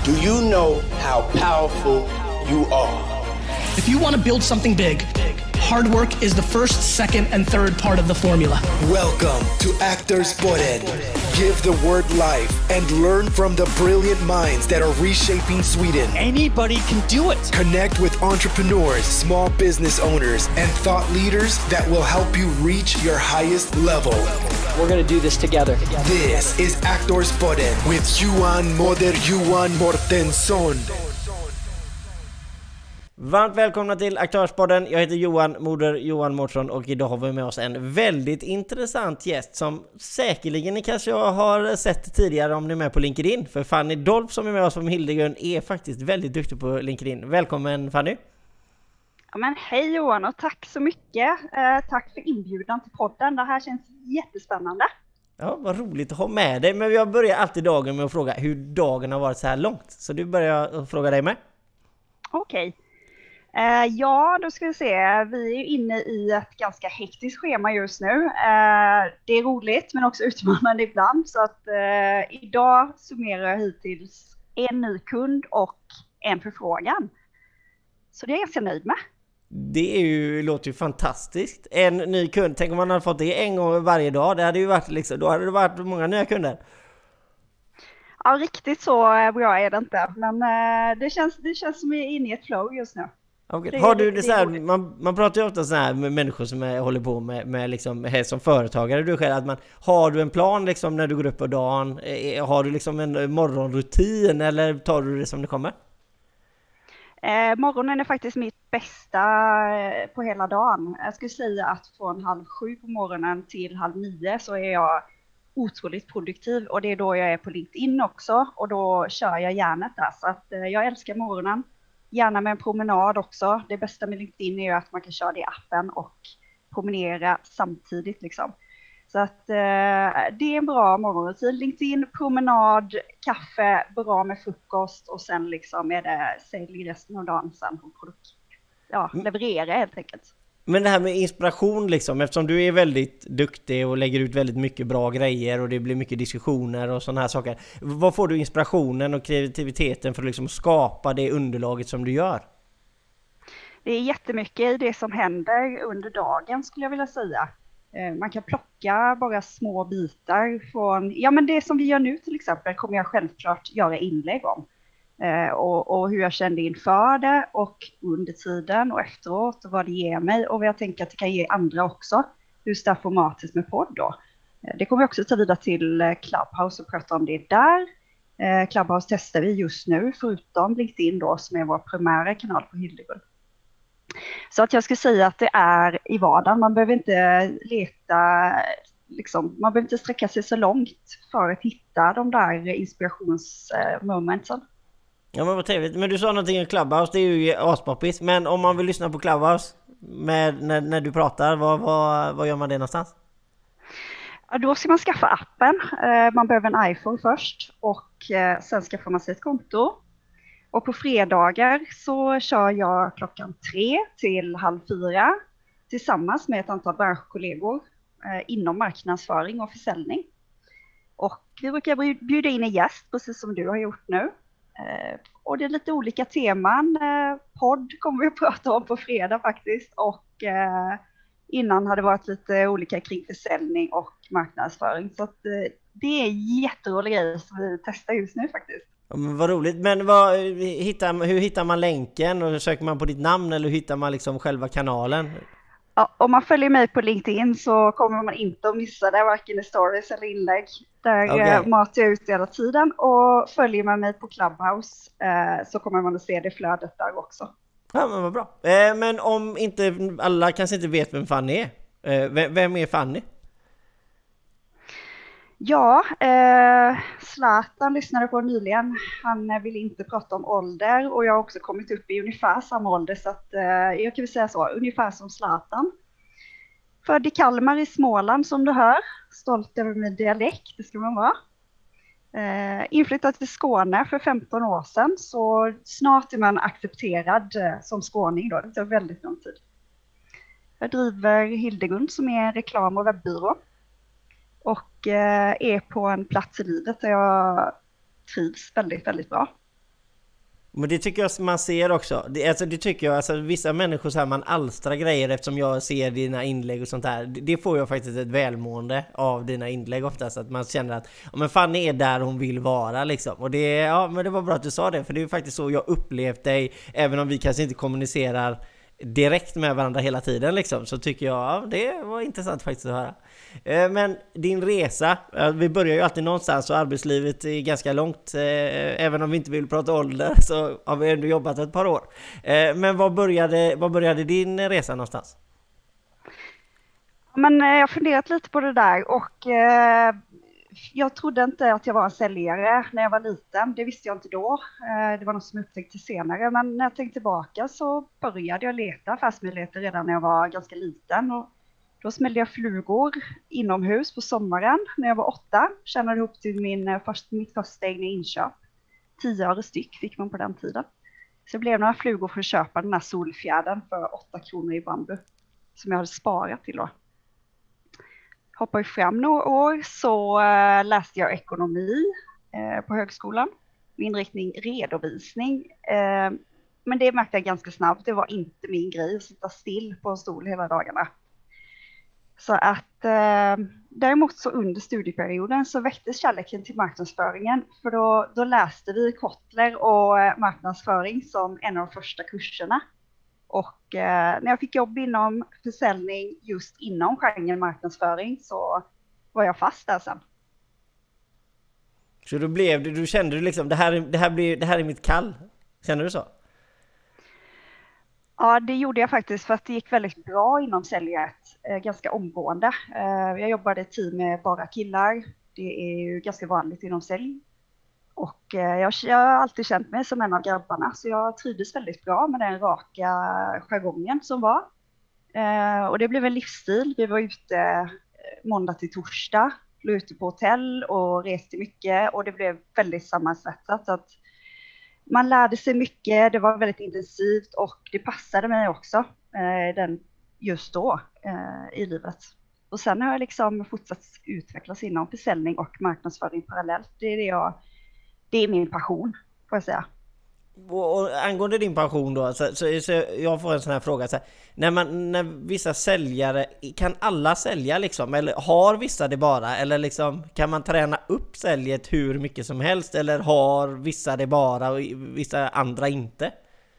Do you know how powerful you are? If you want to build something big, hard work is the first, second, and third part of the formula. Welcome to Aktorspodden. Give the word life and learn from the brilliant minds that are reshaping Sweden. Anybody can do it. Connect with entrepreneurs, small business owners, and thought leaders that will help you reach your highest level. We're going to do this together. This is Aktorspodden with Johan Mortensson. Varmt välkomna till Aktörspodden. Jag heter Johan Mårtsson och idag har vi med oss en väldigt intressant gäst som säkerligen ni kanske har sett tidigare om ni är med på LinkedIn. För Fanny Dolph som är med oss från Hildegund är faktiskt väldigt duktig på LinkedIn. Välkommen Fanny! Ja, men hej Johan och tack så mycket. Tack för inbjudan till podden. Det här känns jättespännande. Ja, vad roligt att ha med dig. Men jag börjar alltid dagen med att fråga hur dagen har varit så här långt. Så du börjar fråga dig med. Okej. Ja, då ska vi se. Vi är ju inne i ett ganska hektiskt schema just nu. Det är roligt men också utmanande ibland. Så att idag summerar jag hittills en ny kund och en förfrågan. Så det är jag ganska nöjd med. Det låter ju fantastiskt. En ny kund, tänk om man hade fått det en gång varje dag. Det hade ju varit liksom, då hade det varit många nya kunder. Ja, riktigt så bra är det inte. Men det känns som vi är inne i ett flow just nu. Okay. Har du det så här, man pratar ju ofta så här med människor som håller på med liksom, som företagare. Du själv, har du en plan liksom, när du går upp på dagen? Har du liksom en morgonrutin eller tar du det som det kommer? Morgonen är faktiskt mitt bästa på hela dagen. Jag skulle säga att från 6:30 på morgonen till 8:30 så är jag otroligt produktiv. Och det är då jag är på LinkedIn också. Och då kör jag hjärnet där. Så att jag älskar morgonen. Gärna med en promenad också. Det bästa med LinkedIn är ju att man kan köra det i appen och promenera samtidigt liksom. Så att det är en bra morgonrutin. LinkedIn, promenad, kaffe, bra med frukost och sen liksom är det sälj resten av dagen sen på leverera helt enkelt. Men det här med inspiration liksom, eftersom du är väldigt duktig och lägger ut väldigt mycket bra grejer och det blir mycket diskussioner och sådana här saker. Vad får du inspirationen och kreativiteten för att liksom skapa det underlaget som du gör? Det är jättemycket i det som händer under dagen skulle jag vilja säga. Man kan plocka bara små bitar från, men det som vi gör nu till exempel kommer jag självklart göra inlägg om. Och hur jag kände inför det och under tiden och efteråt och vad det ger mig och vad jag tänker att det kan ge andra också. Just det här formatet med podd då. Det kommer vi också ta vidare till Clubhouse och prata om det där. Clubhouse testar vi just nu förutom LinkedIn då som är vår primära kanal på Hildegund. Så att jag skulle säga att det är i vardagen. Man behöver inte leta, liksom, man behöver inte sträcka sig så långt för att hitta de där inspirationsmomentsen. Ja men vad trevligt. Men du sa någonting om Clubhouse, det är ju aspoppis. Men om man vill lyssna på Clubhouse när du pratar, vad gör man det någonstans? Ja, då ska man skaffa appen. Man behöver en iPhone först och sen skaffar man sig ett konto. Och på fredagar så kör jag 3:00 till 3:30 tillsammans med ett antal branschkollegor inom marknadsföring och försäljning. Och vi brukar bjuda in en gäst precis som du har gjort nu. Och det är lite olika teman. Podd kommer vi att prata om på fredag faktiskt. Och innan har det varit lite olika kring försäljning och marknadsföring. Så att, det är jätteroliga grejer som vi testar just nu faktiskt. Ja, men vad roligt. Men hur hittar man länken? Och söker man på ditt namn eller hur hittar man liksom själva kanalen? Ja, om man följer mig på LinkedIn så kommer man inte att missa det varken i stories eller inlägg. Där matar jag ut hela tiden. Och följer man mig på Clubhouse så kommer man att se det flödet där också. Ja, men vad bra. Men om inte alla kanske inte vet vem Fanny är. Vem är Fanny? Ja, Zlatan lyssnade på nyligen. Han vill inte prata om ålder och jag har också kommit upp i ungefär samma ålder så att jag kan väl säga så, ungefär som Zlatan. Född i Kalmar i Småland som du hör. Stolt över min dialekt, det ska man vara. Inflyttad till Skåne för 15 år sedan så snart är man accepterad som skåning då. Det tar väldigt lång tid. Jag driver Hildegund som är en reklam- och webbyrå. Och är på en plats i livet där jag trivs väldigt, väldigt bra. Men det tycker jag man ser också. Det tycker jag, alltså vissa människor så här, man alstrar grejer eftersom jag ser dina inlägg och sånt där. Det får jag faktiskt ett välmående av dina inlägg oftast. Att man känner att men Fanny är där hon vill vara liksom. Och men det var bra att du sa det. För det är faktiskt så jag upplevt dig. Även om vi kanske inte kommunicerar direkt med varandra hela tiden liksom, så tycker jag det var intressant faktiskt att höra. Men din resa, vi börjar ju alltid någonstans och arbetslivet är ganska långt, även om vi inte vill prata ålder så har vi ändå jobbat ett par år. Men var började din resa någonstans? Men jag har funderat lite på det där och jag trodde inte att jag var en säljare när jag var liten. Det visste jag inte då. Det var något som jag upptäckte senare. Men när jag tänkte tillbaka så började jag leta affärsmöjligheter redan när jag var ganska liten. Och då smällde jag flugor inomhus på sommaren när jag var 8. Tjänade ihop till mitt första egna inköp. 10 öre styck fick man på den tiden. Så det blev några flugor för att köpa den här solfjädern för 8 kronor i bambu. Som jag hade sparat till då. Hoppade fram några år så läste jag ekonomi på högskolan. Med inriktning redovisning. Men det märkte jag ganska snabbt. Det var inte min grej att sitta still på en stol hela dagarna. Så att däremot så under studieperioden så väcktes kärleken till marknadsföringen. För då läste vi Kotler och marknadsföring som en av de första kurserna. Och när jag fick jobb inom försäljning just inom genren marknadsföring så var jag fast där sen. Så du kände du liksom det här är mitt kall. Kände du så? Ja, det gjorde jag faktiskt för att det gick väldigt bra inom säljet ganska omgående. Jag jobbade i ett team med bara killar. Det är ju ganska vanligt inom sälj. Och jag har alltid känt mig som en av grabbarna så jag trivdes väldigt bra med den raka jargongen som var. Och det blev en livsstil. Vi var ute måndag till torsdag, blev ute på hotell och reste mycket och det blev väldigt sammansvetsat. Så att man lärde sig mycket, det var väldigt intensivt och det passade mig också just då i livet. Och sen har jag liksom fortsatt utvecklas inom försäljning och marknadsföring parallellt. Det är min passion, får jag säga. Och angående din passion då, så jag får en sån här fråga. Så här, när vissa säljare, kan alla sälja liksom? Eller har vissa det bara? Eller liksom, kan man träna upp säljet hur mycket som helst? Eller har vissa det bara och vissa andra inte?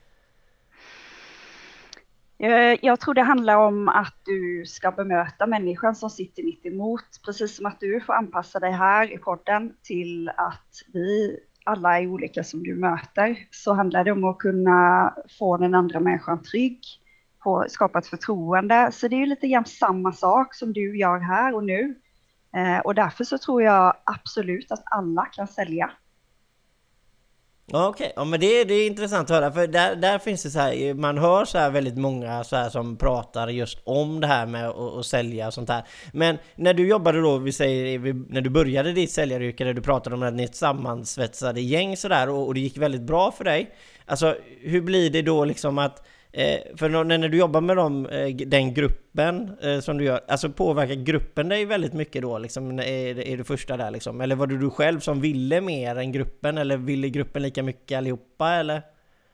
Jag tror det handlar om att du ska bemöta människan som sitter mitt emot. Precis som att du får anpassa dig här i podden till att vi alla är olika som du möter. Så handlar det om att kunna få den andra människan trygg. Skapa ett förtroende. Så det är ju lite grann samma sak som du gör här och nu. Och därför så tror jag absolut att alla kan sälja. Ja, okej. Ja, men det är intressant att höra, för där finns det så här, man hör så här väldigt många så här som pratar just om det här med att sälja och sånt här. Men när du jobbade då, när du började ditt säljaryrke, där du pratade om att ni är ett sammansvetsade gäng så där och det gick väldigt bra för dig. Alltså, hur blir det då liksom att för när du jobbar med den gruppen som du gör, alltså påverkar gruppen dig väldigt mycket då liksom, är du första där liksom, eller var det du själv som ville mer än gruppen, eller ville gruppen lika mycket allihopa, eller?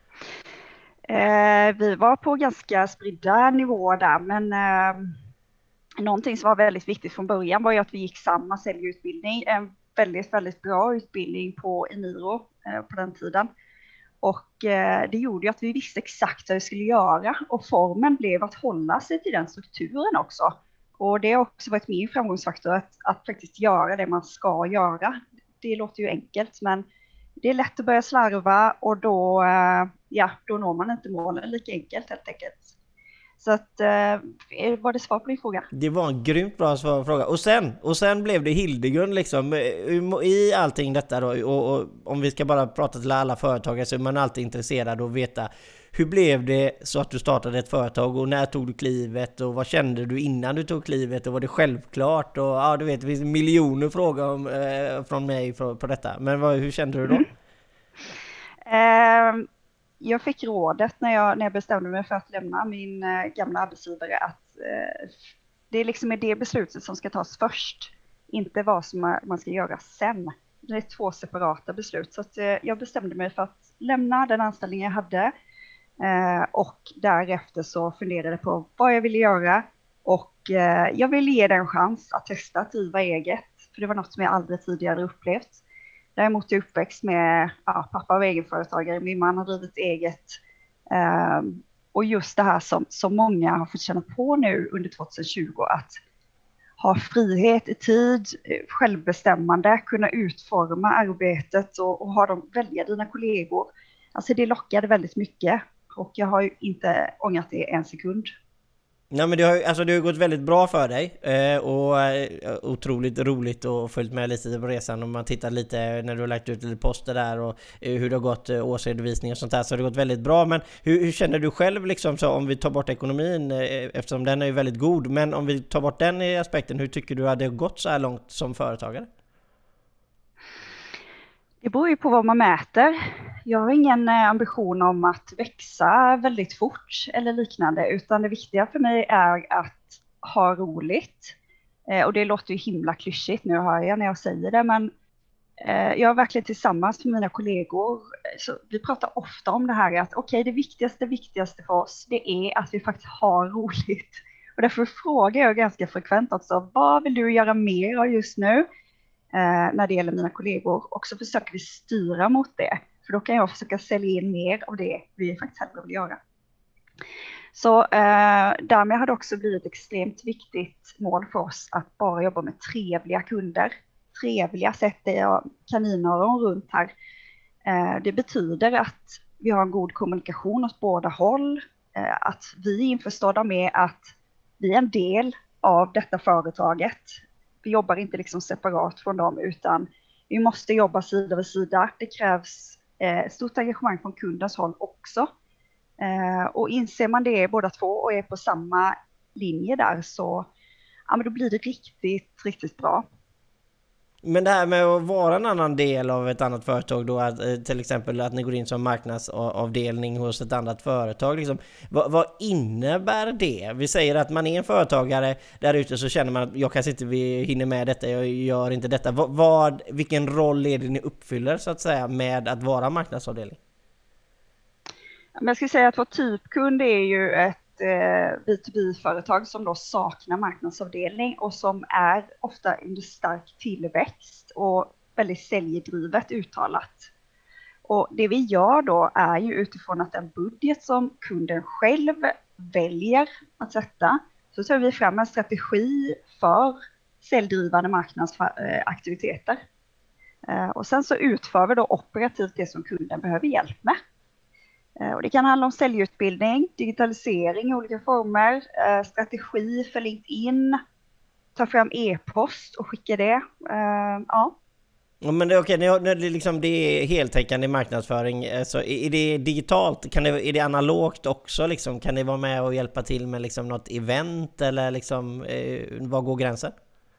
Vi var på ganska spridda nivåer där, men någonting som var väldigt viktigt från början var ju att vi gick samma säljutbildning, en väldigt, väldigt bra utbildning på Eniro på den tiden. Och det gjorde ju att vi visste exakt vad vi skulle göra. Och formen blev att hålla sig till den strukturen också. Och det har också varit min framgångsfaktor att faktiskt göra det man ska göra. Det låter ju enkelt, men det är lätt att börja slarva och då når man inte målen lika enkelt helt enkelt. Så att, var det svar på din fråga? Det var en grymt bra svar på frågan. Och sen blev det Hildegun liksom, i allting detta då, och om vi ska bara prata till alla företagare så är man alltid intresserad av att veta hur blev det så att du startade ett företag, och när tog du klivet, och vad kände du innan du tog klivet, och var det självklart, och ja, du vet, det finns miljoner frågor från mig på detta, men hur kände du då? Jag fick rådet när jag bestämde mig för att lämna min gamla arbetsgivare att det liksom är det beslutet som ska tas först. Inte vad som man ska göra sen. Det är 2 separata beslut. Så att jag bestämde mig för att lämna den anställning jag hade. Och därefter så funderade jag på vad jag ville göra. Och jag ville ge den en chans att testa att driva eget. För det var något som jag aldrig tidigare upplevt. Däremot är jag uppväxt med pappa var egenföretagare. Min man har drivit eget. Och just det här som många har fått känna på nu under 2020. Att ha frihet i tid, självbestämmande, kunna utforma arbetet och ha dem välja dina kollegor. Alltså det lockade väldigt mycket och jag har ju inte ångrat det en sekund. Nej, men det har gått väldigt bra för dig och otroligt roligt och följt med lite på resan. Om man tittar lite när du har lagt ut lite poster där och hur det har gått årsredovisning och sånt där, så har det gått väldigt bra. Men hur känner du själv liksom, så om vi tar bort ekonomin, eftersom den är ju väldigt god, men om vi tar bort den i aspekten, hur tycker du att det har gått så här långt som företagare? Det beror ju på vad man mäter. Jag har ingen ambition om att växa väldigt fort eller liknande, utan det viktiga för mig är att ha roligt. Och det låter ju himla klyschigt nu hör jag när jag säger det, men jag är verkligen tillsammans med mina kollegor. Så vi pratar ofta om det här att okej, det viktigaste för oss, det är att vi faktiskt har roligt. Och därför frågar jag ganska frekvent också, vad vill du göra mer av just nu? När det gäller mina kollegor, och så försöker vi styra mot det, för då kan jag försöka sälja in mer av det vi faktiskt hellre vill göra. Så därmed har det också blivit ett extremt viktigt mål för oss att bara jobba med trevliga kunder. Trevliga sätter jag kaninöron runt här. Det betyder att vi har en god kommunikation åt båda håll, att vi är införstådda med att vi är en del av detta företaget. Vi jobbar inte liksom separat från dem, utan vi måste jobba sida vid sida. Det krävs stort engagemang från kundens håll också. Och inser man det båda två och är på samma linje där, så men då blir det riktigt, riktigt bra. Men det här med att vara en annan del av ett annat företag då, att, till exempel att ni går in som marknadsavdelning hos ett annat företag liksom, vad innebär det? Vi säger att man är en företagare där ute, så känner man att jag kanske inte hinner med detta, jag gör inte detta. Vilken roll är det ni uppfyller så att säga med att vara marknadsavdelning? Men jag skulle säga att vår typkund är ju ett B2B-företag som då saknar marknadsavdelning och som är ofta under stark tillväxt och väldigt säljdrivet uttalat. Och det vi gör då är ju utifrån att den budget som kunden själv väljer att sätta, så tar vi fram en strategi för säljdrivande marknadsaktiviteter. Och sen så utför vi då operativt det som kunden behöver hjälp med. Och det kan handla om säljutbildning, digitalisering i olika former, strategi för LinkedIn, ta fram e-post och skicka det. Ja. Ja, men det är okej, det är heltäckande marknadsföring. Så är det digitalt? Är det analogt också? Liksom? Kan ni vara med och hjälpa till med liksom något event? Eller liksom, var går gränsen?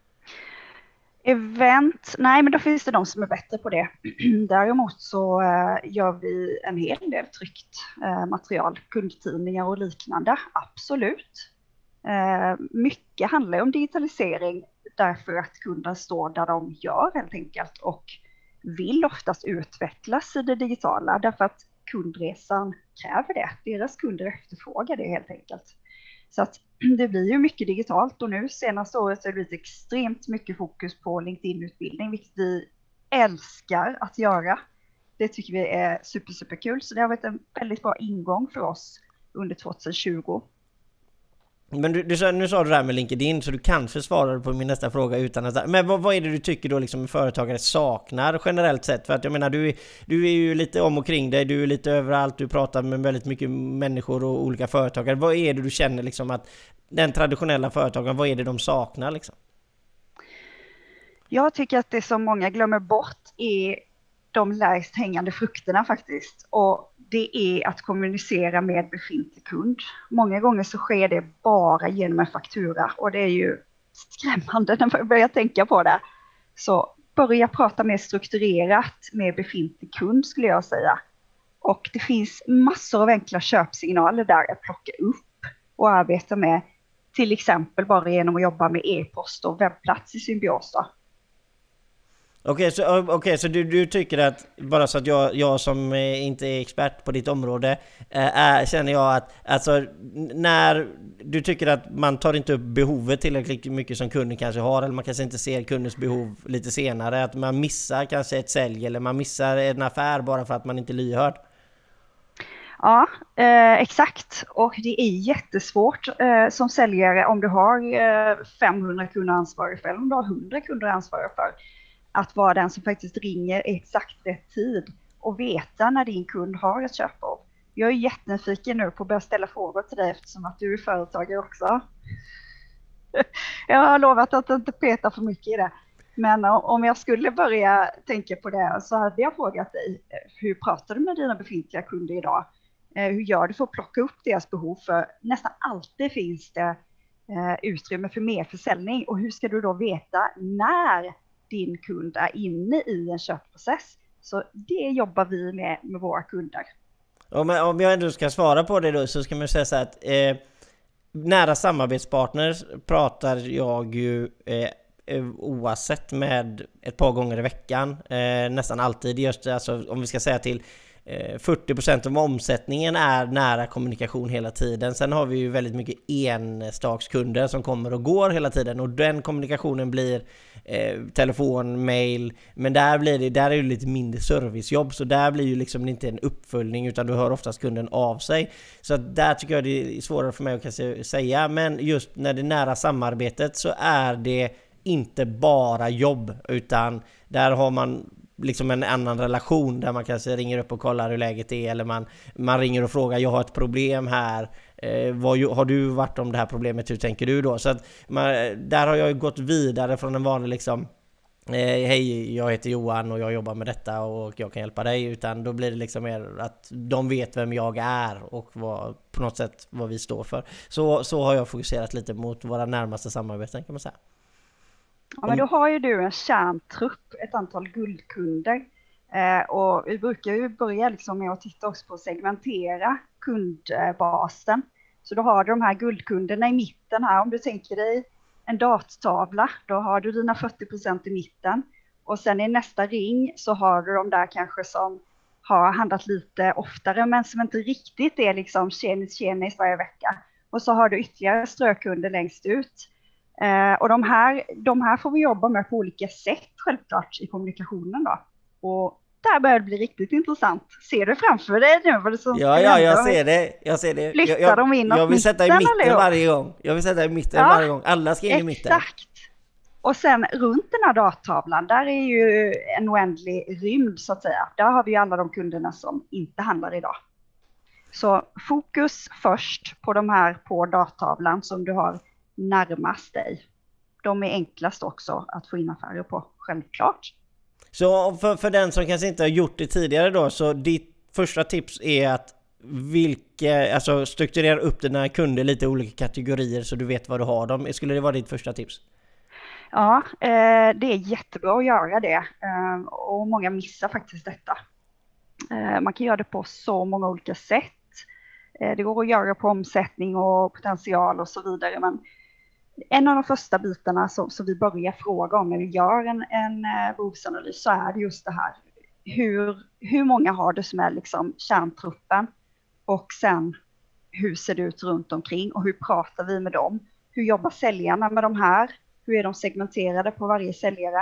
Event, nej, men då finns det de som är bättre på det. Däremot så gör vi en hel del tryckt material, kundtidningar och liknande, absolut. Mycket handlar om digitalisering därför att kunden står där de gör helt enkelt och vill oftast utvecklas i det digitala därför att kundresan kräver det. Deras kunder efterfrågar det helt enkelt. Så att det blir ju mycket digitalt, och nu senaste året så har det blivit extremt mycket fokus på LinkedIn-utbildning, vilket vi älskar att göra. Det tycker vi är superkul, så det har varit en väldigt bra ingång för oss under 2020. Men nu sa du det här med LinkedIn, så du kanske svarade på min nästa fråga utan att... Men vad är det du tycker då liksom företagare saknar generellt sett? För att jag menar, du är ju lite om och kring dig, du är lite överallt, du pratar med väldigt mycket människor och olika företagare. Vad är det du känner liksom att den traditionella företagaren, vad är det de saknar liksom? Jag tycker att det som många glömmer bort är de lägst hängande frukterna faktiskt. Och det är att kommunicera med befintlig kund. Många gånger så sker det bara genom en faktura. Och det är ju skrämmande när man börjar tänka på det. Så börja prata mer strukturerat med befintlig kund skulle jag säga. Och det finns massor av enkla köpsignaler där att plocka upp och arbeta med. Till exempel bara genom att jobba med e-post och webbplats i symbios då. Okej, så du tycker att, bara så att jag som inte är expert på ditt område, känner jag att alltså, när du tycker att man tar inte upp behovet tillräckligt mycket som kunden kanske har, eller man kanske inte ser kundens behov lite senare, att man missar kanske ett sälj eller man missar en affär bara för att man inte är lyhörd. Ja, exakt. Och det är jättesvårt som säljare om du har 500 kunder ansvariga för, eller om du har 100 kunder ansvariga för, att vara den som faktiskt ringer exakt rätt tid och veta när din kund har ett köpbehov. Jag är jättenyfiken nu på att börja ställa frågor till dig eftersom att du är företagare också. Jag har lovat att inte peta för mycket i det. Men om jag skulle börja tänka på det så hade jag frågat dig, hur pratar du med dina befintliga kunder idag? Hur gör du för att plocka upp deras behov? För nästan alltid finns det utrymme för mer försäljning. Och hur ska du då veta när din kund är inne i en köpprocess? Så det jobbar vi med våra kunder. Om jag ändå ska svara på det då, så ska man säga så att nära samarbetspartners pratar jag ju oavsett med ett par gånger i veckan, nästan alltid. Just alltså, om vi ska säga till 40% av omsättningen är nära kommunikation hela tiden. Sen har vi ju väldigt mycket enstakskunder som kommer och går hela tiden, och den kommunikationen blir telefon, mail, men där är det lite mindre servicejobb, så där blir ju liksom inte en uppföljning, utan du hör oftast kunden av sig. Så att där tycker jag det är svårare för mig att kanske säga, men just när det är nära samarbetet så är det inte bara jobb, utan där har man liksom en annan relation där man kanske ringer upp och kollar hur läget är, eller man ringer och frågar, jag har ett problem här, vad har du varit om det här problemet, hur tänker du då? Så att där har jag gått vidare från en vanlig liksom hej, jag heter Johan och jag jobbar med detta och jag kan hjälpa dig, utan då blir det liksom mer att de vet vem jag är och på något sätt vad vi står för. Så har jag fokuserat lite mot våra närmaste samarbeten, kan man säga. Ja, men då har ju du en kärntrupp, ett antal guldkunder. Och vi brukar ju börja liksom med att titta också på att segmentera kundbasen. Så då har du de här guldkunderna i mitten här. Om du tänker dig en dattavla, då har du dina 40% i mitten. Och sen i nästa ring så har du de där kanske som har handlat lite oftare, men som inte riktigt är liksom tjenis varje vecka. Och så har du ytterligare strökunder längst ut. Och de här får vi jobba med på olika sätt självklart i kommunikationen då. Och där börjar det bli riktigt intressant. Ser du framför dig nu vad det som Ja, jag ser det. Flyttar de in jag vill sätta i mitten eller? varje gång. Jag vill sätta i mitten varje gång. Alla ska in i mitten. Exakt. Och sen runt den här dattavlan, där är ju en oändlig rymd så att säga. Där har vi alla de kunderna som inte handlar idag. Så fokus först på de här på dattavlan som du har närmast dig. De är enklast också att få in affärer på, självklart. Så för den som kanske inte har gjort det tidigare då, så ditt första tips är att alltså strukturera upp dina kunder lite i olika kategorier så du vet vad du har dem. Skulle det vara ditt första tips? Ja, det är jättebra att göra det. Och många missar faktiskt detta. Man kan göra det på så många olika sätt. Det går att göra på omsättning och potential och så vidare, men en av de första bitarna som vi börjar fråga om när vi gör en behovsanalys, så är det just det här. Hur många har du som är liksom kärntruppen? Och sen hur ser det ut runt omkring och hur pratar vi med dem? Hur jobbar säljarna med de här? Hur är de segmenterade på varje säljare?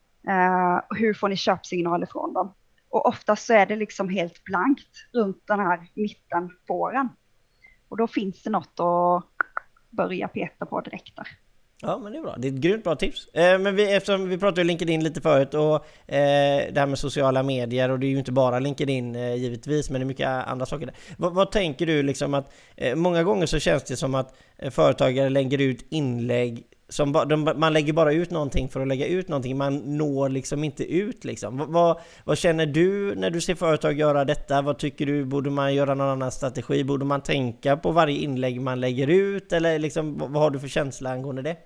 Hur får ni köpsignaler från dem? Och oftast så är det liksom helt blankt runt den här mittenfåren. Och då finns det något att börja peta på direkt där. Ja, men det är bra. Det är ett grymt bra tips. Men eftersom vi pratade ju LinkedIn lite förut och det här med sociala medier, och det är ju inte bara LinkedIn givetvis, men det är mycket andra saker där. Vad tänker du liksom att många gånger så känns det som att företagare lägger ut inlägg som man lägger bara ut någonting för att lägga ut någonting, man når liksom inte ut liksom. Vad känner du när du ser företag göra detta? Vad tycker du, borde man göra någon annan strategi? Borde man tänka på varje inlägg man lägger ut, eller liksom, vad har du för känsla angående det?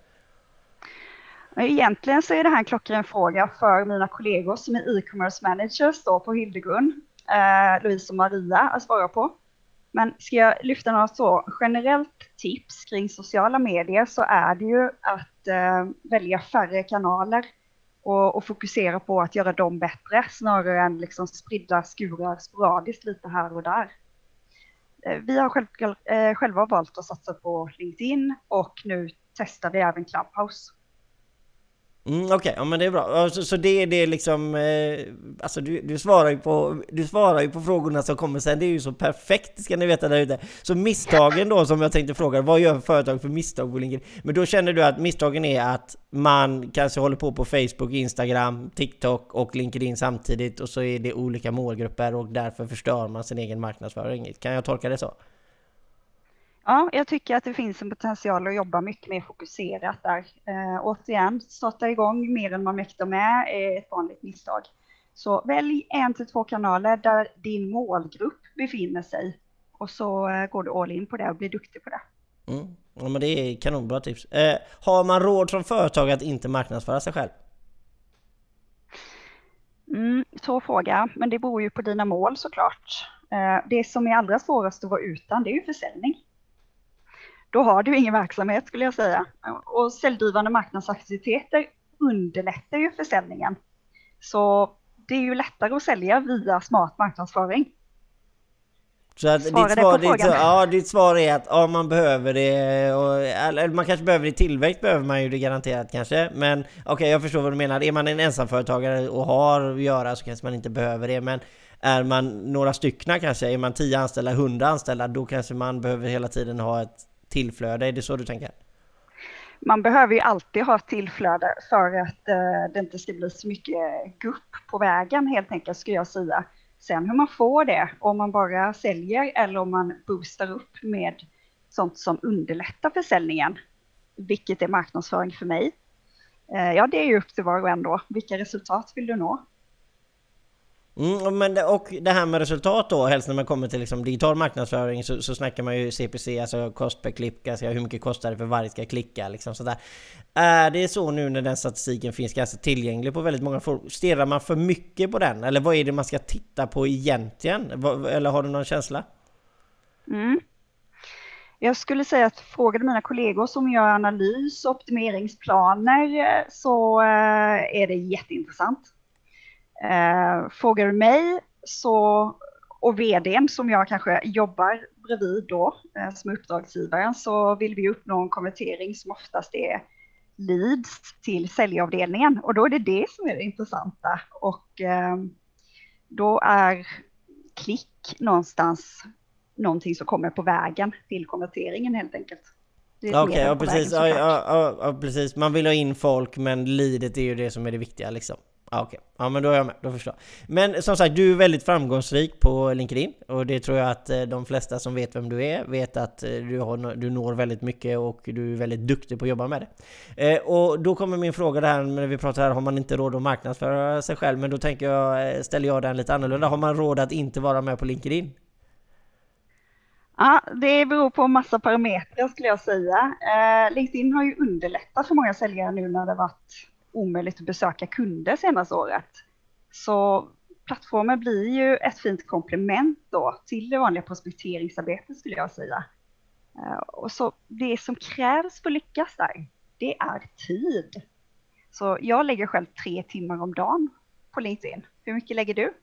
Egentligen så är det här en klockren fråga för mina kollegor som är e-commerce managers då på Hildegun, Louise och Maria att svara på. Men ska jag lyfta några så generellt tips kring sociala medier, så är det ju att välja färre kanaler och fokusera på att göra dem bättre snarare än liksom spridda skurar sporadiskt lite här och där. Vi har själva valt att satsa på LinkedIn och nu testar vi även Clubhouse. Okej, ja, men det är bra. Så det är liksom alltså du svarar ju på frågorna som kommer sen. Det är ju så perfekt, ska ni veta där ute. Så misstagen då, som jag tänkte fråga, vad gör företag för misstag på LinkedIn? Men då känner du att misstagen är att man kanske håller på Facebook, Instagram, TikTok och LinkedIn samtidigt, och så är det olika målgrupper och därför förstör man sin egen marknadsföring. Kan jag tolka det så? Ja, jag tycker att det finns en potential att jobba mycket mer fokuserat där. Återigen, starta igång mer än man mäktar med är ett vanligt misstag. Så välj 1 till 2 kanaler där din målgrupp befinner sig. Och så går du all in på det och blir duktig på det. Ja, men det är kanonbra tips. Har man råd som företag att inte marknadsföra sig själv? Så fråga, men det beror ju på dina mål såklart. Det som är allra svårast att vara utan, det är ju försäljning. Då har du ingen verksamhet, skulle jag säga. Och säljdrivande marknadsaktiviteter underlättar ju försäljningen. Så det är ju lättare att sälja via smart marknadsföring. Så att ditt svar är att man behöver det, eller man kanske behöver det i tillväxt, behöver man ju det garanterat kanske. Men okej, jag förstår vad du menar. Är man en ensamföretagare och har att göra så kanske man inte behöver det. Men är man några stycken kanske, är man 10 anställda, 100 anställda, då kanske man behöver hela tiden ha ett tillflöde. Är det så du tänker? Man behöver ju alltid ha ett tillflöde för att det inte ska bli så mycket gupp på vägen, helt enkelt, skulle jag säga. Sen hur man får det, om man bara säljer eller om man boostar upp med sånt som underlättar försäljningen, vilket är marknadsföring för mig. Ja, det är ju upp till var och en då. Vilka resultat vill du nå? Och det här med resultat då, helst när man kommer till liksom digital marknadsföring, så snackar man ju CPC, alltså kost per klick, alltså hur mycket kostar det för varje ska klicka liksom sådär. Är det så nu när den statistiken finns ganska tillgänglig på väldigt många folk, stirrar man för mycket på den? Eller vad är det man ska titta på egentligen? Eller har du någon känsla? Jag skulle säga att frågade mina kollegor som gör analys och optimeringsplaner, så är det jätteintressant. Frågar du mig och vdn som jag kanske jobbar bredvid då som uppdragsgivaren, så vill vi uppnå en konvertering som oftast är leads till säljavdelningen, och då är det som är det intressanta, och då är klick någonstans någonting som kommer på vägen till konverteringen, helt enkelt. Okej, ja, precis. Ja, precis. Man vill ha in folk, men leadet är ju det som är det viktiga liksom. Okej. Ja, men då är jag med, då förstår jag. Men som sagt, du är väldigt framgångsrik på LinkedIn, och det tror jag att de flesta som vet vem du är vet att du når väldigt mycket och du är väldigt duktig på att jobba med det. Och då kommer min fråga där, när vi pratar här, har man inte råd att marknadsföra sig själv, men då ställer jag den lite annorlunda. Har man råd att inte vara med på LinkedIn? Ja, det beror på en massa parametrar, skulle jag säga. LinkedIn har ju underlättat för många säljare nu när det varit omöjligt att besöka kunder senaste året. Så plattformen blir ju ett fint komplement då till det vanliga prospekteringsarbetet, skulle jag säga. Och så det som krävs för att lyckas där, det är tid. Så jag lägger själv 3 timmar om dagen på LinkedIn. Hur mycket lägger du?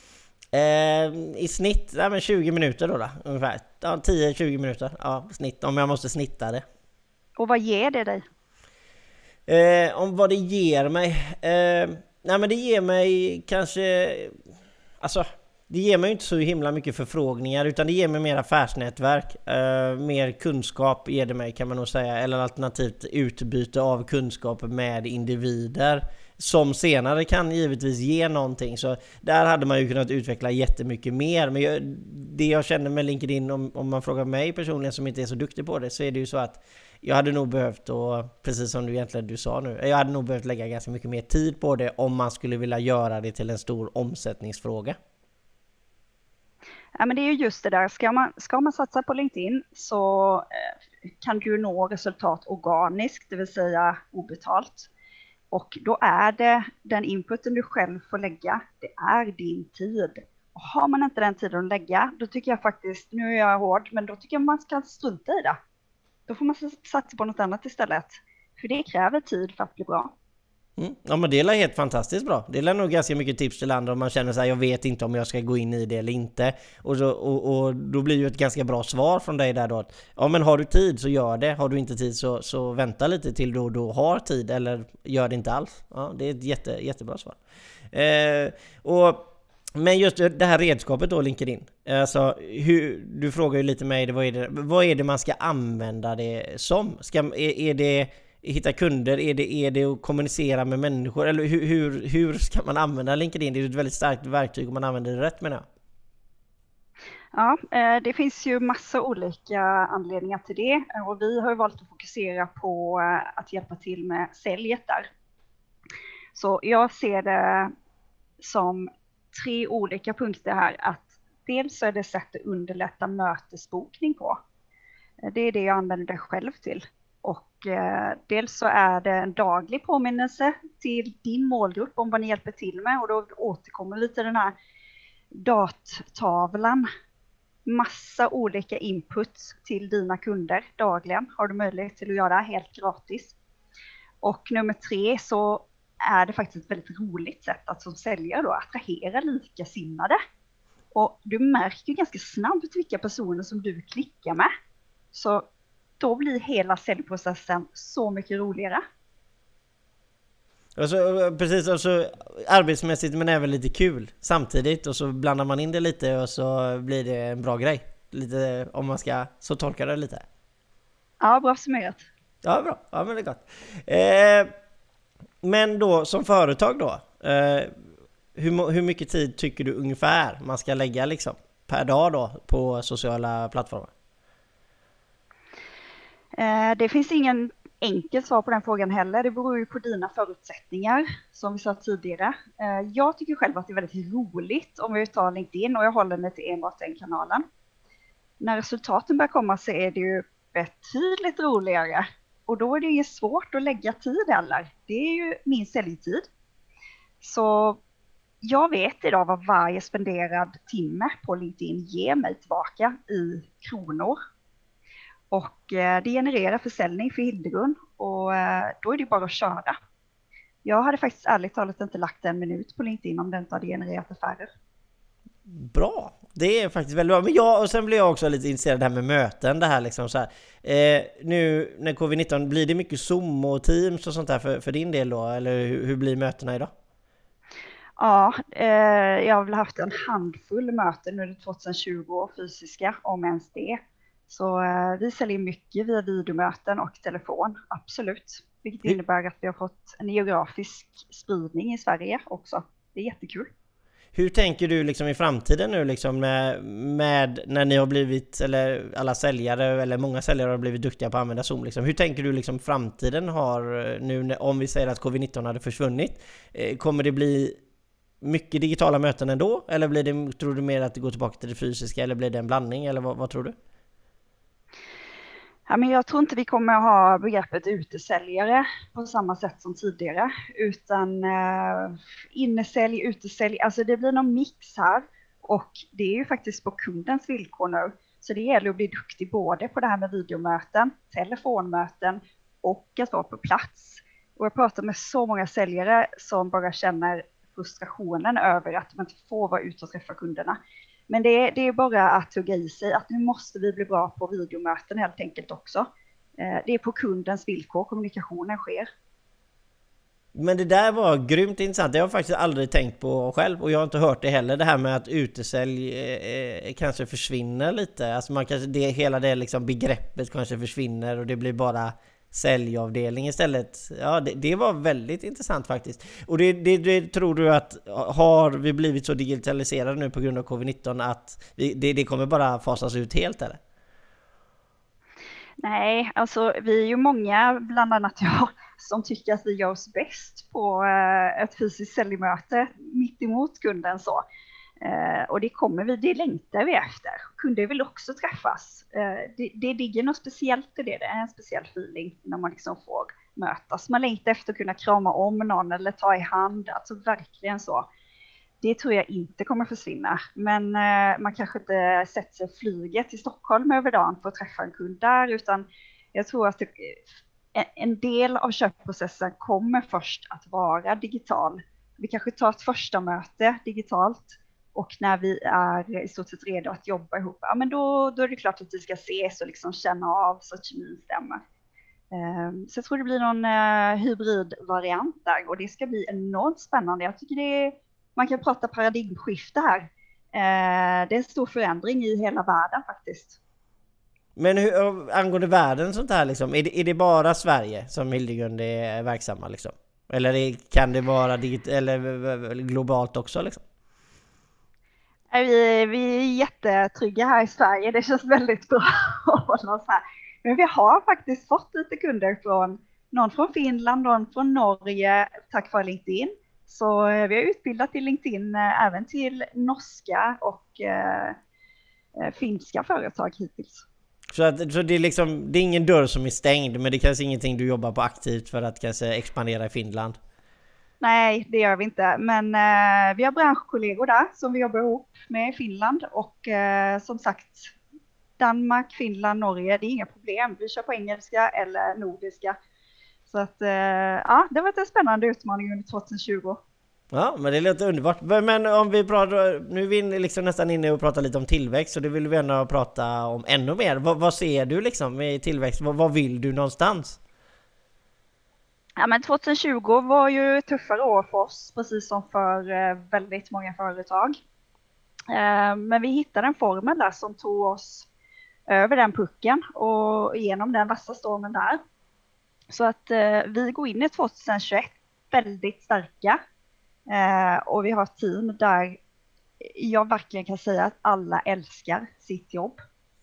I snitt 20 minuter då ungefär. 10-20 minuter, snitt, om jag måste snitta det. Och vad ger det dig? Om vad det ger mig? Men det ger mig kanske, alltså det ger mig inte så himla mycket förfrågningar, utan det ger mig mer affärsnätverk, mer kunskap ger det mig, kan man nog säga, eller alternativt utbyte av kunskap med individer som senare kan givetvis ge någonting. Så där hade man ju kunnat utveckla jättemycket mer. Men det jag känner med LinkedIn, om man frågar mig personligen som inte är så duktig på det, så är det ju så att jag hade nog behövt, och precis som du sa nu, jag hade nog behövt lägga ganska mycket mer tid på det om man skulle vilja göra det till en stor omsättningsfråga. Ja, men det är ju just det där, ska man satsa på LinkedIn så kan du nå resultat organiskt, det vill säga obetalt. Och då är det den inputen du själv får lägga, det är din tid. Och har man inte den tiden att lägga, då tycker jag faktiskt, nu är jag hård, men då tycker jag man ska strunta i det. Då får man satsa på något annat istället. För det kräver tid för att bli bra. Ja, men det är helt fantastiskt bra. Det är nog ganska mycket tips till andra om man känner så här, jag vet inte om jag ska gå in i det eller inte. Och då blir ju ett ganska bra svar från dig där då. Att, ja, men har du tid så gör det. Har du inte tid så vänta lite till du har tid, eller gör det inte alls. Ja, det är ett jättebra svar. Men just det här redskapet då, LinkedIn. Alltså, du frågar ju lite mig, vad är det man ska använda det som? Är det hitta kunder? Är det att kommunicera med människor? Eller hur ska man använda LinkedIn? Det är ett väldigt starkt verktyg om man använder det rätt, menar jag. Ja, det finns ju massa olika anledningar till det. Och vi har ju valt att fokusera på att hjälpa till med säljet där. Så jag ser det som 3 olika punkter här. Att dels så är det sätt att underlätta mötesbokning på. Det är det jag använder själv till. Och dels så är det en daglig påminnelse till din målgrupp om vad ni hjälper till med. Och då återkommer vi till den här dattavlan. Massa olika inputs till dina kunder dagligen. Har du möjlighet till att göra helt gratis. Och nummer 3 så är det faktiskt ett väldigt roligt sätt att som säljare då attrahera likasinnade. Och du märker ganska snabbt vilka personer som du klickar med. Så då blir hela säljprocessen så mycket roligare. Precis, och så arbetsmässigt men även lite kul samtidigt, och så blandar man in det lite och så blir det en bra grej. Lite, om man ska så tolka det lite. Ja, bra summerat. Ja, bra. Ja, men det är gott. Men då som företag då, hur mycket tid tycker du ungefär man ska lägga liksom per dag då på sociala plattformar? Det finns ingen enkelt svar på den frågan heller. Det beror ju på dina förutsättningar, som vi sa tidigare. Jag tycker själv att det är väldigt roligt om vi tar LinkedIn, och jag håller mig till enbart den kanalen. När resultaten börjar komma så är det ju betydligt roligare. Och då är det ju svårt att lägga tid heller. Det är ju min säljtid. Så jag vet idag vad varje spenderad timme på LinkedIn ger mig tillbaka i kronor. Och det genererar försäljning för Hildegrund, och då är det bara att köra. Jag hade faktiskt ärligt talat inte lagt en minut på LinkedIn om det inte hade genererat affärer. Bra, det är faktiskt väldigt bra. Men och sen blir jag också lite intresserad av det här med möten. Det här liksom så här. Nu när covid-19, blir det mycket Zoom och Teams och sånt där för din del då? Eller hur blir mötena idag? Ja, jag har väl haft en handfull möten under 2020 fysiska, om ens det. Så vi säljer mycket via videomöten och telefon, absolut. Vilket innebär att vi har fått en geografisk spridning i Sverige också. Det är jättekul. Hur tänker du liksom i framtiden nu liksom med när ni har blivit, eller alla säljare eller många säljare har blivit duktiga på att använda Zoom liksom. Hur tänker du liksom framtiden har nu, om vi säger att covid-19 hade försvunnit? Kommer det bli mycket digitala möten ändå? Eller tror du mer att det går tillbaka till det fysiska, eller blir det en blandning, eller vad tror du? Ja, men jag tror inte vi kommer att ha begreppet utesäljare på samma sätt som tidigare, utan innesälj, utesälj, alltså det blir någon mix här, och det är ju faktiskt på kundens villkor nu. Så det gäller att bli duktig både på det här med videomöten, telefonmöten och att vara på plats. Och jag pratar med så många säljare som bara känner frustrationen över att man inte får vara ute och träffa kunderna. Men det är bara att tugga i sig att nu måste vi bli bra på videomöten helt enkelt också. Det är på kundens villkor kommunikationen sker. Men det där var grymt intressant. Det har jag faktiskt aldrig tänkt på själv, och jag har inte hört det heller. Det här med att utesälj kanske försvinner lite. Alltså hela det liksom begreppet kanske försvinner och det blir bara säljavdelning istället. Ja, det var väldigt intressant faktiskt. Och det tror du att har vi blivit så digitaliserade nu på grund av covid-19 att det kommer bara fasas ut helt, eller? Nej, alltså vi är ju många, bland annat jag, som tycker att vi gör oss bäst på ett fysiskt säljmöte mitt emot kunden så. Och det längtar vi efter. Kunder vill också träffas. Det ligger något speciellt i det. Det är en speciell feeling när man liksom får mötas. Man längtar efter att kunna krama om någon eller ta i hand. Alltså verkligen så. Det tror jag inte kommer försvinna. Men man kanske inte sätter sig flyget till Stockholm över dagen för att träffa en kund där. Utan jag tror att en del av köpprocessen kommer först att vara digital. Vi kanske tar ett första möte digitalt och när vi är i stort sett redo att jobba ihop, ja, men då är det klart att vi ska ses och liksom känna av så att kemin stämmer. Så jag tror det blir någon hybridvariant där och det ska bli enormt spännande. Jag tycker man kan prata paradigmskifte här. Det är en stor förändring i hela världen faktiskt. Men hur, angående världen sånt här liksom, är det bara Sverige som Hildegrund är verksamma liksom? Eller kan det vara eller globalt också liksom? Vi är jättetrygga här i Sverige, det känns väldigt bra att hålla oss här. Men vi har faktiskt fått lite kunder någon från Finland, någon från Norge tack vare LinkedIn. Så vi har utbildat till LinkedIn även till norska och finska företag hittills. Så det är liksom, det är ingen dörr som är stängd, men det är kanske ingenting du jobbar på aktivt för att kanske expandera i Finland? Nej, det gör vi inte. Men vi har branschkollegor där som vi jobbar ihop med i Finland. Och som sagt, Danmark, Finland, Norge, det är inga problem. Vi kör på engelska eller nordiska. Så att ja, det har varit en spännande utmaning under 2020. Ja, men det låter underbart. Men om vi pratar, nu är vi liksom nästan inne och pratar lite om tillväxt, så det vill vi gärna prata om ännu mer. Vad ser du liksom med tillväxt? Vad vill du någonstans? Ja, men 2020 var ju ett tuffare år för oss, precis som för väldigt många företag. Men vi hittade en formel där som tog oss över den pucken och igenom den vassa stormen där. Så att vi går in i 2021 väldigt starka. Och vi har ett team där jag verkligen kan säga att alla älskar sitt jobb.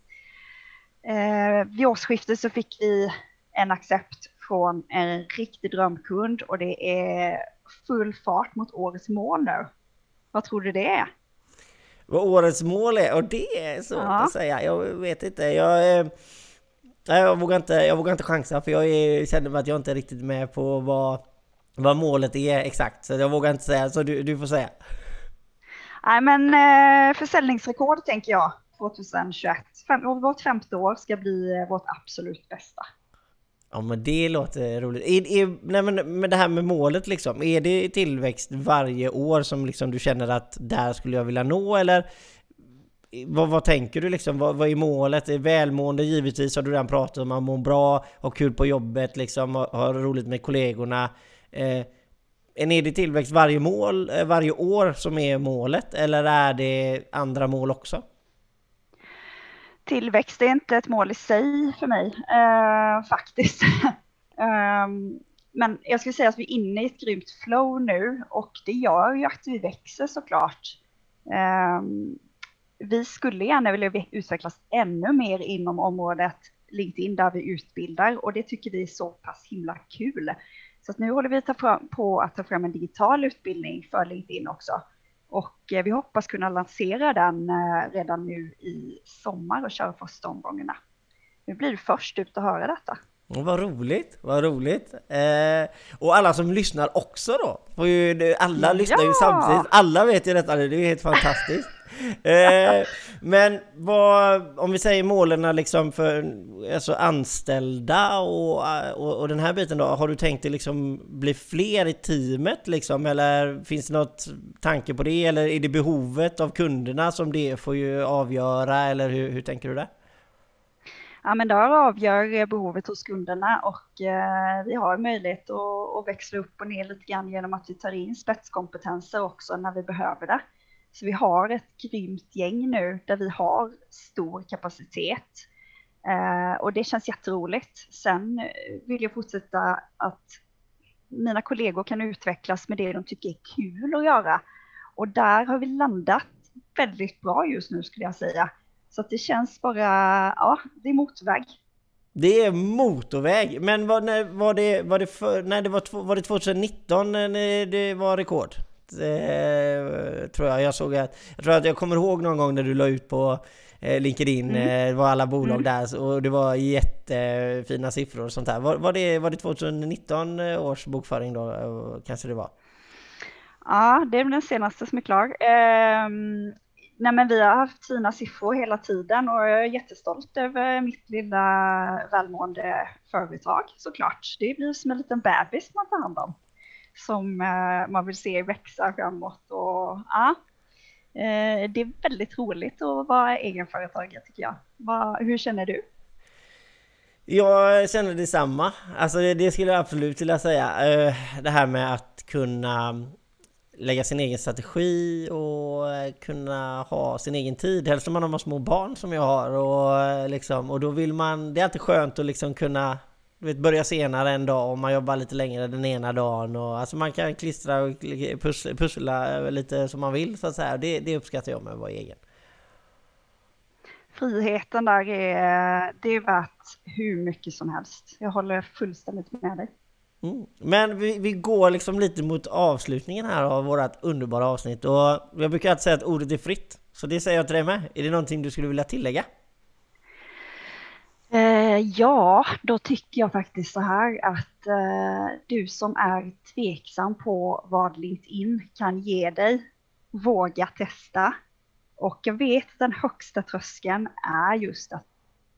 Vid årsskiftet så fick vi en accept från en riktig drömkund och det är full fart mot årets mål nu. Vad tror du det är? Vad årets mål är? Och det är svårt att säga. Jag vet inte. Jag vågar inte chansa, för jag känner mig att jag inte är riktigt med på vad målet är exakt. Så jag vågar inte säga, så du får säga. Nej, men försäljningsrekord tänker jag 2021. Vårt 5:e år ska bli vårt absolut bästa. Ja, men det låter roligt. Nej, men det här med målet liksom, är det tillväxt varje år som liksom du känner att där skulle jag vilja nå, eller vad tänker du liksom? Vad är målet? Är välmående? Givetvis har du redan pratat om att man mår bra, har kul på jobbet liksom, har roligt med kollegorna. Är det tillväxt varje år som är målet, eller är det andra mål också? Tillväxt är inte ett mål i sig för mig, faktiskt. Men jag skulle säga att vi är inne i ett grymt flow nu och det gör ju att vi växer såklart. Vi skulle gärna vilja utvecklas ännu mer inom området LinkedIn där vi utbildar, och det tycker vi är så pass himla kul. Så att nu håller vi på att ta fram en digital utbildning för LinkedIn också. Och vi hoppas kunna lansera den redan nu i sommar och köra första omgångarna. Nu blir du först ut att höra detta. Vad roligt. Och alla som lyssnar också då. Alla lyssnar ju samtidigt. Alla vet ju detta, det är helt fantastiskt. Men om vi säger målen liksom för alltså anställda och den här biten då, har du tänkt att liksom bli fler i teamet liksom, eller finns det något tanke på det, eller är det behovet av kunderna som det får ju avgöra, eller hur tänker du där? Ja, men där avgör behovet hos kunderna, och vi har möjlighet att växla upp och ner lite grann genom att vi tar in spetskompetenser också när vi behöver det. Så vi har ett grymt gäng nu där vi har stor kapacitet, och det känns jätteroligt. Sen vill jag fortsätta att mina kollegor kan utvecklas med det de tycker är kul att göra, och där har vi landat väldigt bra just nu skulle jag säga. Så att det känns bara, ja, det är motorväg. Det är motorväg. Men var det 2019 när det var rekord? Tror jag tror att jag kommer ihåg någon gång när du la ut på LinkedIn, det var alla bolag där och det var jättefina siffror och sånt här. Var det 2019 års bokföring då, kanske det var? Ja, det är den senaste som är klar. Nej, men vi har haft fina siffror hela tiden och jag är jättestolt över mitt lilla välmående företag såklart. Det blir som en liten bebis man tar hand om som man vill se växa framåt. Och, ja, det är väldigt roligt att vara egenföretagare tycker jag. Hur känner du? Jag känner detsamma. Alltså det skulle jag absolut vilja säga. Det här med att kunna lägga sin egen strategi och kunna ha sin egen tid. Helst om man har små barn som jag har. Och då vill man, det är alltid skönt att liksom kunna börja senare en dag och man jobbar lite längre den ena dagen. Och, alltså man kan klistra och pussla lite som man vill så att säga. Det uppskattar jag med att vara egen. Friheten där det är värt hur mycket som helst. Jag håller fullständigt med dig. Men vi går liksom lite mot avslutningen här av vårt underbara avsnitt. Och jag brukar alltid säga att ordet är fritt. Så det säger jag till dig med. Är det någonting du skulle vilja tillägga? Ja, då tycker jag faktiskt så här att du som är tveksam på vad LinkedIn kan ge dig, våga testa. Och jag vet att den högsta tröskeln är just att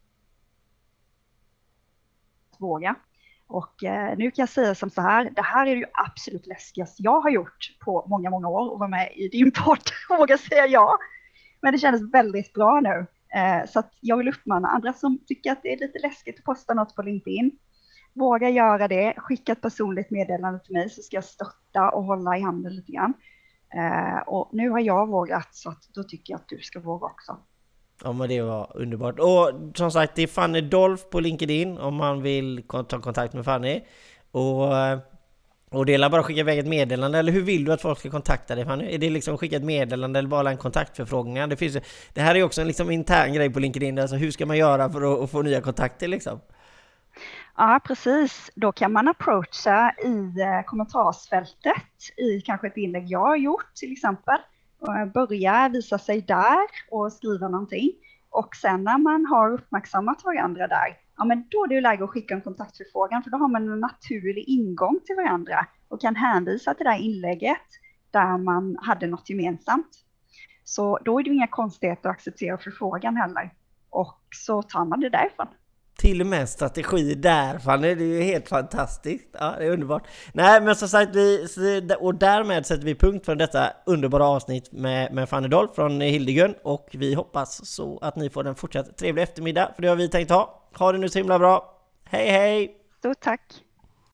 våga. Och nu kan jag säga som så här, det här är ju absolut läskigast jag har gjort på många, många år och vara med i din podd, våga säga ja. Men det kändes väldigt bra nu. Så att jag vill uppmana andra som tycker att det är lite läskigt att posta något på LinkedIn. Våga göra det, skicka ett personligt meddelande till mig så ska jag stötta och hålla i handen lite grann. Och nu har jag vågat så att då tycker jag att du ska våga också. Ja, men det var underbart. Och som sagt, det är Fanny Dolph på LinkedIn om man vill ta kontakt med Fanny. Och det är bara att skicka iväg ett meddelande. Eller hur vill du att folk ska kontakta dig, Fanny? Är det liksom skicka ett meddelande eller bara en kontaktförfrågan? Det här är också en liksom intern grej på LinkedIn. Alltså hur ska man göra för att få nya kontakter liksom? Ja, precis. Då kan man approacha i kommentarsfältet i kanske ett inlägg jag har gjort till exempel. Börja visa sig där och skriva någonting. Och sen när man har uppmärksammat varandra där, ja men då är det läge att skicka en kontaktförfrågan för då har man en naturlig ingång till varandra och kan hänvisa till det här inlägget där man hade något gemensamt. Så då är det inga konstigheter att acceptera förfrågan heller. Och så tar man det därifrån. Till och med strategi där, Fanny, det är ju helt fantastiskt. Ja, det är underbart. Nej, men som sagt, och därmed sätter vi punkt för detta underbara avsnitt med Fanny Dolph från Hildegön. Och vi hoppas så att ni får en fortsatt trevlig eftermiddag, för det har vi tänkt ha. Ha det nu så himla bra. Hej, hej! Stort tack!